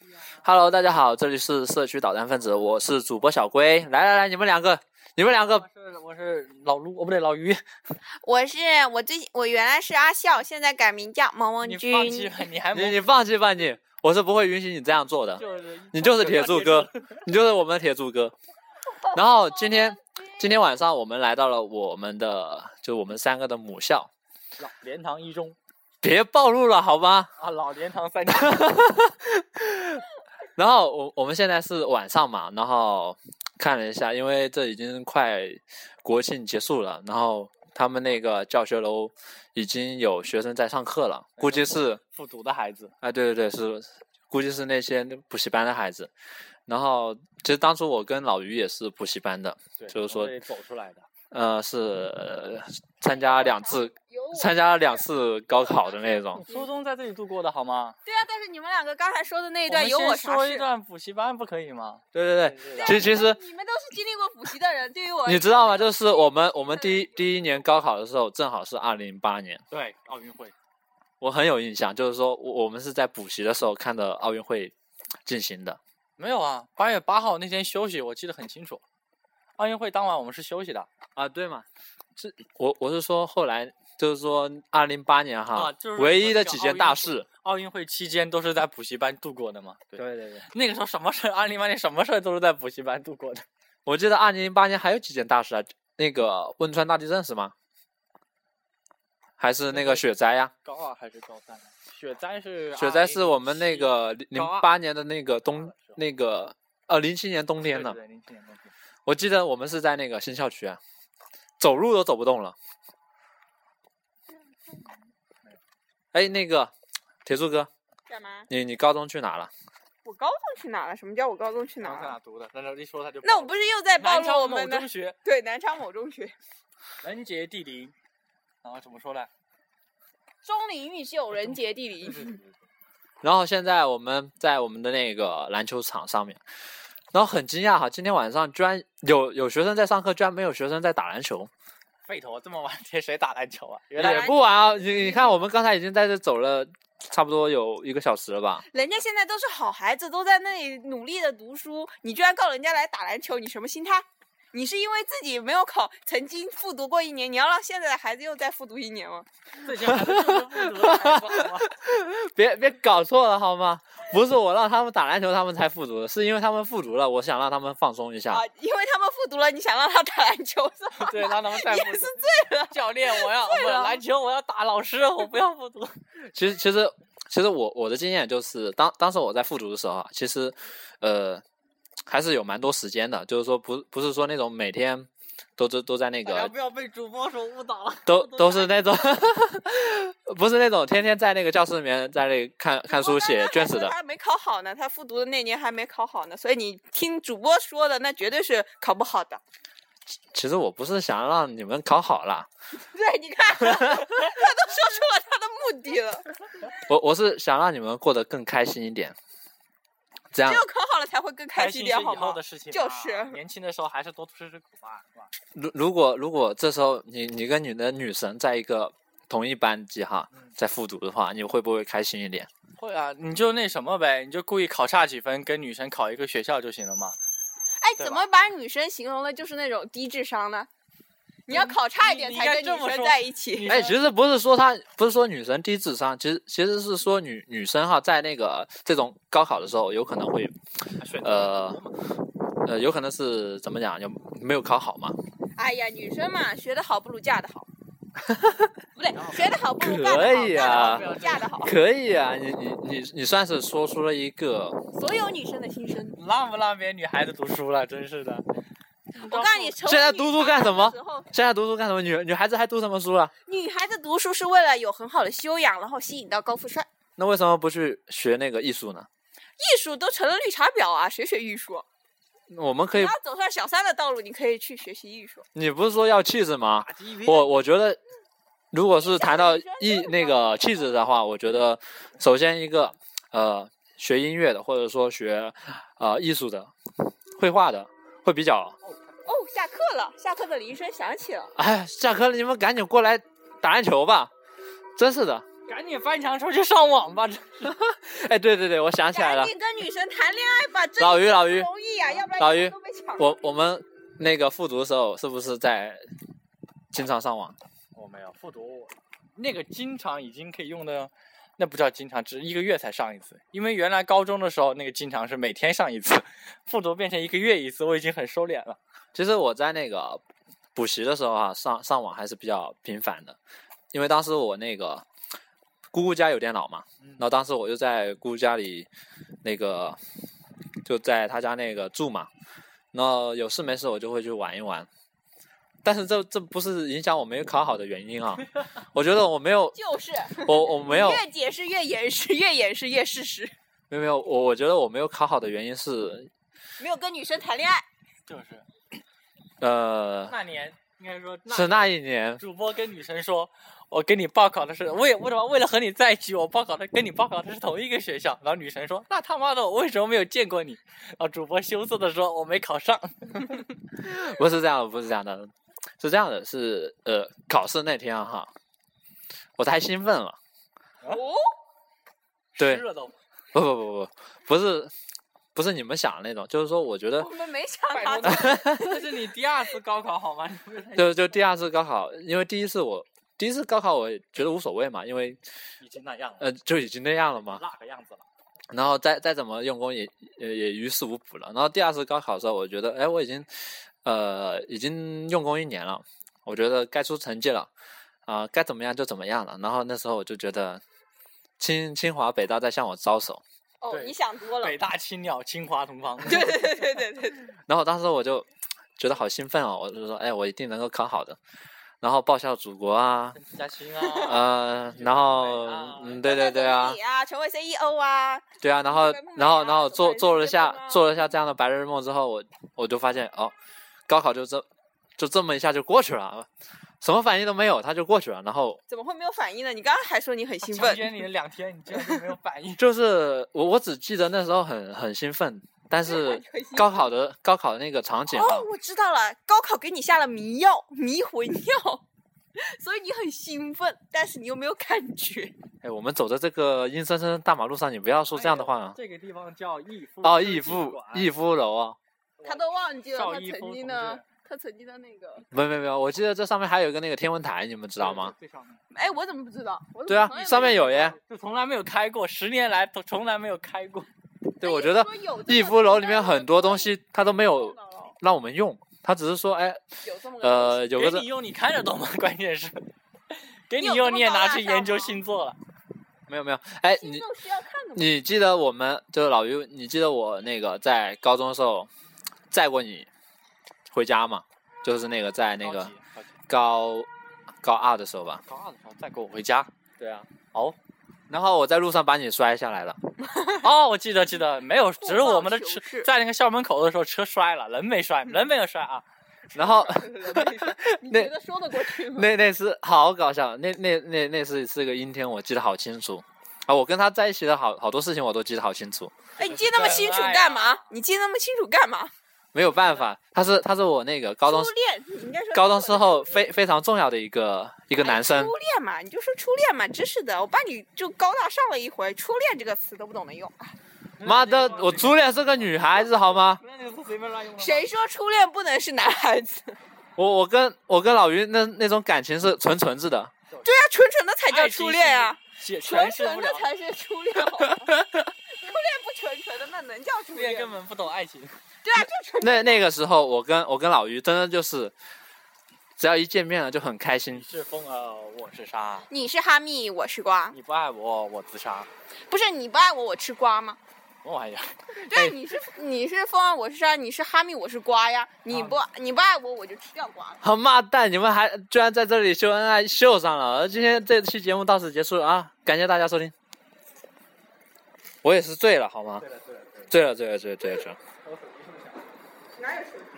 Hello， 大家好，这里是社区捣蛋分子，我是主播小龟。来，你们两个， 我是老卢，不对，老于。 我原来是阿笑，现在改名叫萌萌君。 你放弃吧， 你放弃吧你，我是不会允许你这样做的。你就是铁柱哥，你就是我们的铁柱哥。然后今天晚上我们来到了我们三个的母校， 老莲塘一中。 别暴露了好吗？ 老莲塘三中。 然后我们现在是晚上嘛，然后看了一下，因为这已经快国庆结束了，然后他们那个教学楼已经有学生在上课了，估计是复读的孩子。 对，是估计是那些补习班的孩子。然后其实当初我跟老于也是补习班的，就是说走出来的。 是参加两次高考的那种。 初中在这里度过的好吗？ 对啊，但是你们两个刚才说的那一段有我啥事？ 说一段补习班不可以吗？ 对，其实你们都是经历过补习的人，对于我你知道吗？就是我们第一年高考的时候，正好是2008年， 对，奥运会， 我很有印象，就是说我们是在补习的时候看的奥运会进行的。 没有啊，8月8号那天休息，我记得很清楚。奥运会当晚我们是休息的啊，对嘛？我是说后来就是说2008年哈， 就是唯一的几件大事， 奥运会期间都是在补习班度过的嘛。 对， 那个时候什么事？2008年什么事都是在补习班度过的。 我记得2008年还有几件大事啊，那个汶川大地震是吗？还是那个雪灾呀？ 高2还是高3？雪灾是我们那个08年的那个07年冬天呢。 对，07年冬天。 我记得我们是在那个新校区啊，走路都走不动了。哎，那个铁柱哥， 干嘛？ 你高中去哪了？ 我高中去哪了？什么叫我高中去哪了？ 在哪读的？那一说他就。 那我不是又在暴露我们的？ 南昌某中学。 对，南昌某中学。 人杰地灵，然后怎么说呢？ 钟灵毓秀，人杰地灵。 然后现在我们在我们的那个篮球场上面。然后很惊讶哈，今天晚上居然有学生在上课，居然没有学生在打篮球。 废头，这么晚天谁打篮球啊？ 也不晚啊，你看我们刚才已经在这走了差不多有1个小时了吧？ 人家现在都是好孩子，都在那里努力的读书，你居然告人家来打篮球，你什么心态？你是因为自己没有考，曾经复读过1年，你要让现在的孩子又再复读1年吗？ 这些孩子就是复读的孩子好吗？ 别搞错了好吗？不是我让他们打篮球他们才复读的，是因为他们复读了，我想让他们放松一下。 因为他们复读了，你想让他打篮球是吧？ 对，让他们再复读。 也是醉了， 教练，篮球我要打，老师我不要复读。 其实我的经验就是，当时我在复读的时候啊，其实还是有蛮多时间的，就是说不是说那种每天都在那个， 不要被主播所误导了。 都是那种不是那种天天在那个教室里面在那里看书写卷子的。 他没考好呢，他复读的那年还没考好呢，所以你听主播说的那绝对是考不好的。 其实我不是想让你们考好了。 对，你看他都说出了他的目的了。 我是想让你们过得更开心一点。这样只有考好了才会更开心一点，好吗？ 以后的事情就是年轻的时候还是多吃苦吧，是吧？ 如果这时候你跟你的女神在一个同一班级哈，在复读的话，你会不会开心一点？ 会啊，你就那什么呗，你就故意考差几分，跟女神考一个学校就行了嘛。 哎，怎么把女生形容的就是那种低智商呢？你要考差一点才跟女生在一起。 哎，其实不是说女生低智商，其实是说女生哈，在那个这种高考的时候，有可能会有可能是怎么讲，就没有考好嘛。 哎呀，女生嘛，学得好不如嫁得好。不对，学得好不如干得好。 可以啊， 干得好不如嫁得好。 可以啊，你算是说出了一个所有女生的心声。 让不让别的女孩子读书了，真是的。 我告诉你， 现在读书干什么？现在读书干什么？女孩子还读什么书啊？ 女孩子读书是为了有很好的修养，然后吸引到高富帅。 那为什么不去学那个艺术呢？ 艺术都成了绿茶婊啊，谁学艺术？ 我们可以。 你要走上小三的道路，你可以去学习艺术。 你不是说要气质吗？我觉得，如果是谈到那个气质的话，我觉得首先一个学音乐的，或者说学艺术的、绘画的，会比较。 哦，下课了，下课的铃声响起了。 哎，下课了，你们赶紧过来打篮球吧！真是的。 赶紧翻墙出去上网吧！ 哎，对对对，我想起来了赶，紧跟女神谈恋爱吧，这老于老于不容易呀，要不然老于以后都被抢了我们那个复读的时候是不是在经常上网？ 我没有复读，那个经常已经可以用的，那不叫经常，只是1个月才上一次。因为原来高中的时候，那个经常是每天上一次，复读变成1个月一次，我已经很收敛了。 其实我在那个补习的时候啊，上网还是比较频繁的，因为当时我那个姑姑家有电脑嘛，然后当时我就在姑姑家里那个就在她家那个住嘛，然后有事没事我就会去玩一玩。但是这不是影响我没有考好的原因啊，我觉得我没有， 就是我没有， 越解释越掩饰，越掩饰越事实。 没有，我觉得我没有考好的原因是， 没有跟女生谈恋爱， 就是那年应该说是那一年， 主播跟女神说，我跟你报考的是为什么为了和你在一起，我跟你报考的是同一个学校。然后女神说，那他妈的我为什么没有见过你？然后主播羞涩的说，我没考上。 不是这样的，不是这样的，是这样的，是考试那天啊哈，我太兴奋了， 哦， 对， 湿了都。 不是你们想的那种，就是说我觉得我们没想到拜托这是你第2次高考好吗？ 就第2次高考，因为第一次高考我也觉得无所谓嘛，因为已经那样了， 就已经那样了嘛， 那个样子了。 然后再怎么用功也于事无补了。然后第2次高考的时候，我觉得哎，我已经用功1年了，我觉得该出成绩了，该怎么样就怎么样了。然后那时候我就觉得清华北大在向我招手。 哦， 对你想多了。 北大青鸟，清华同方。 对。 然后当时我就觉得好兴奋哦，我就说哎，我一定能够考好的。然后报效祖国啊， 嘉兴啊， 然后对啊， 成为 CEO 啊， 对啊，然后做了下这样的白日梦之后，我就发现哦，高考就这么一下就过去了，什么反应都没有，它就过去了。然后怎么会没有反应呢？你刚刚还说你很兴奋， 强奸你2天，你竟然就没有反应？ 就是我只记得那时候很兴奋，但是高考的那个场景哦，我知道了，高考给你下了迷药、迷魂药，所以你很兴奋，但是你又没有感觉。 哎，我们走在这个阴森森大马路上，你不要说这样的话啊！ 这个地方叫逸夫哦，逸夫楼啊， 他都忘记了他邵逸夫曾经的。他曾经的那个没有，我记得这上面还有一个那个天文台，你们知道吗？ 最上面。 哎，我怎么不知道？ 对啊，上面有耶。 就从来没有开过，10年来都从来没有开过。 对，我觉得逸夫楼里面很多东西他都没有让我们用，他只是说哎，有个给你用你看得懂吗？关键是，给你用你也拿去研究星座了。 没有，哎，你记得我们就是老于，你记得我那个在高中的时候载过你回家嘛？就是那个在那个高2的时候吧。 高2的时候载过我回家。 对啊。 哦。 然后我在路上把你摔下来了。 哦，我记得，没有，只是我们的车在那个校门口的时候车摔了，人没有摔啊。 然后你觉得说得过去吗？ 那次好搞笑，那次是个阴天，我记得好清楚啊！我跟他在一起的好多事情我都记得好清楚。 哎，你记得那么清楚干嘛？ 没有办法，他是我那个高中初恋，你应该说高中时候非常重要的一个男生。 初恋嘛，你就说初恋嘛，真是的，我把你就高大上了一回，初恋这个词都不懂得用。 妈的，我初恋是个女孩子好吗？ 谁说初恋不能是男孩子？ 我跟老于那种感情是纯子的。 对啊，纯的才叫初恋啊，纯的才是初恋。初恋不纯的那能叫初恋？ 根本不懂爱情。 对啊，就纯。 那个时候我跟老于真的就是只要一见面了就很开心。 你是风儿，我是沙。 你是哈密，我是瓜。 你不爱我，我自杀。 不是你不爱我，我吃瓜吗？ 什么玩意儿？ 对，你是风儿，我是沙，你是哈密，我是瓜呀。你不爱我，我就吃掉瓜了。 好妈蛋！你们还居然在这里秀恩爱，秀上了。今天这期节目到此结束了啊！感谢大家收听。我也是醉了好吗？醉了。 哪有手机？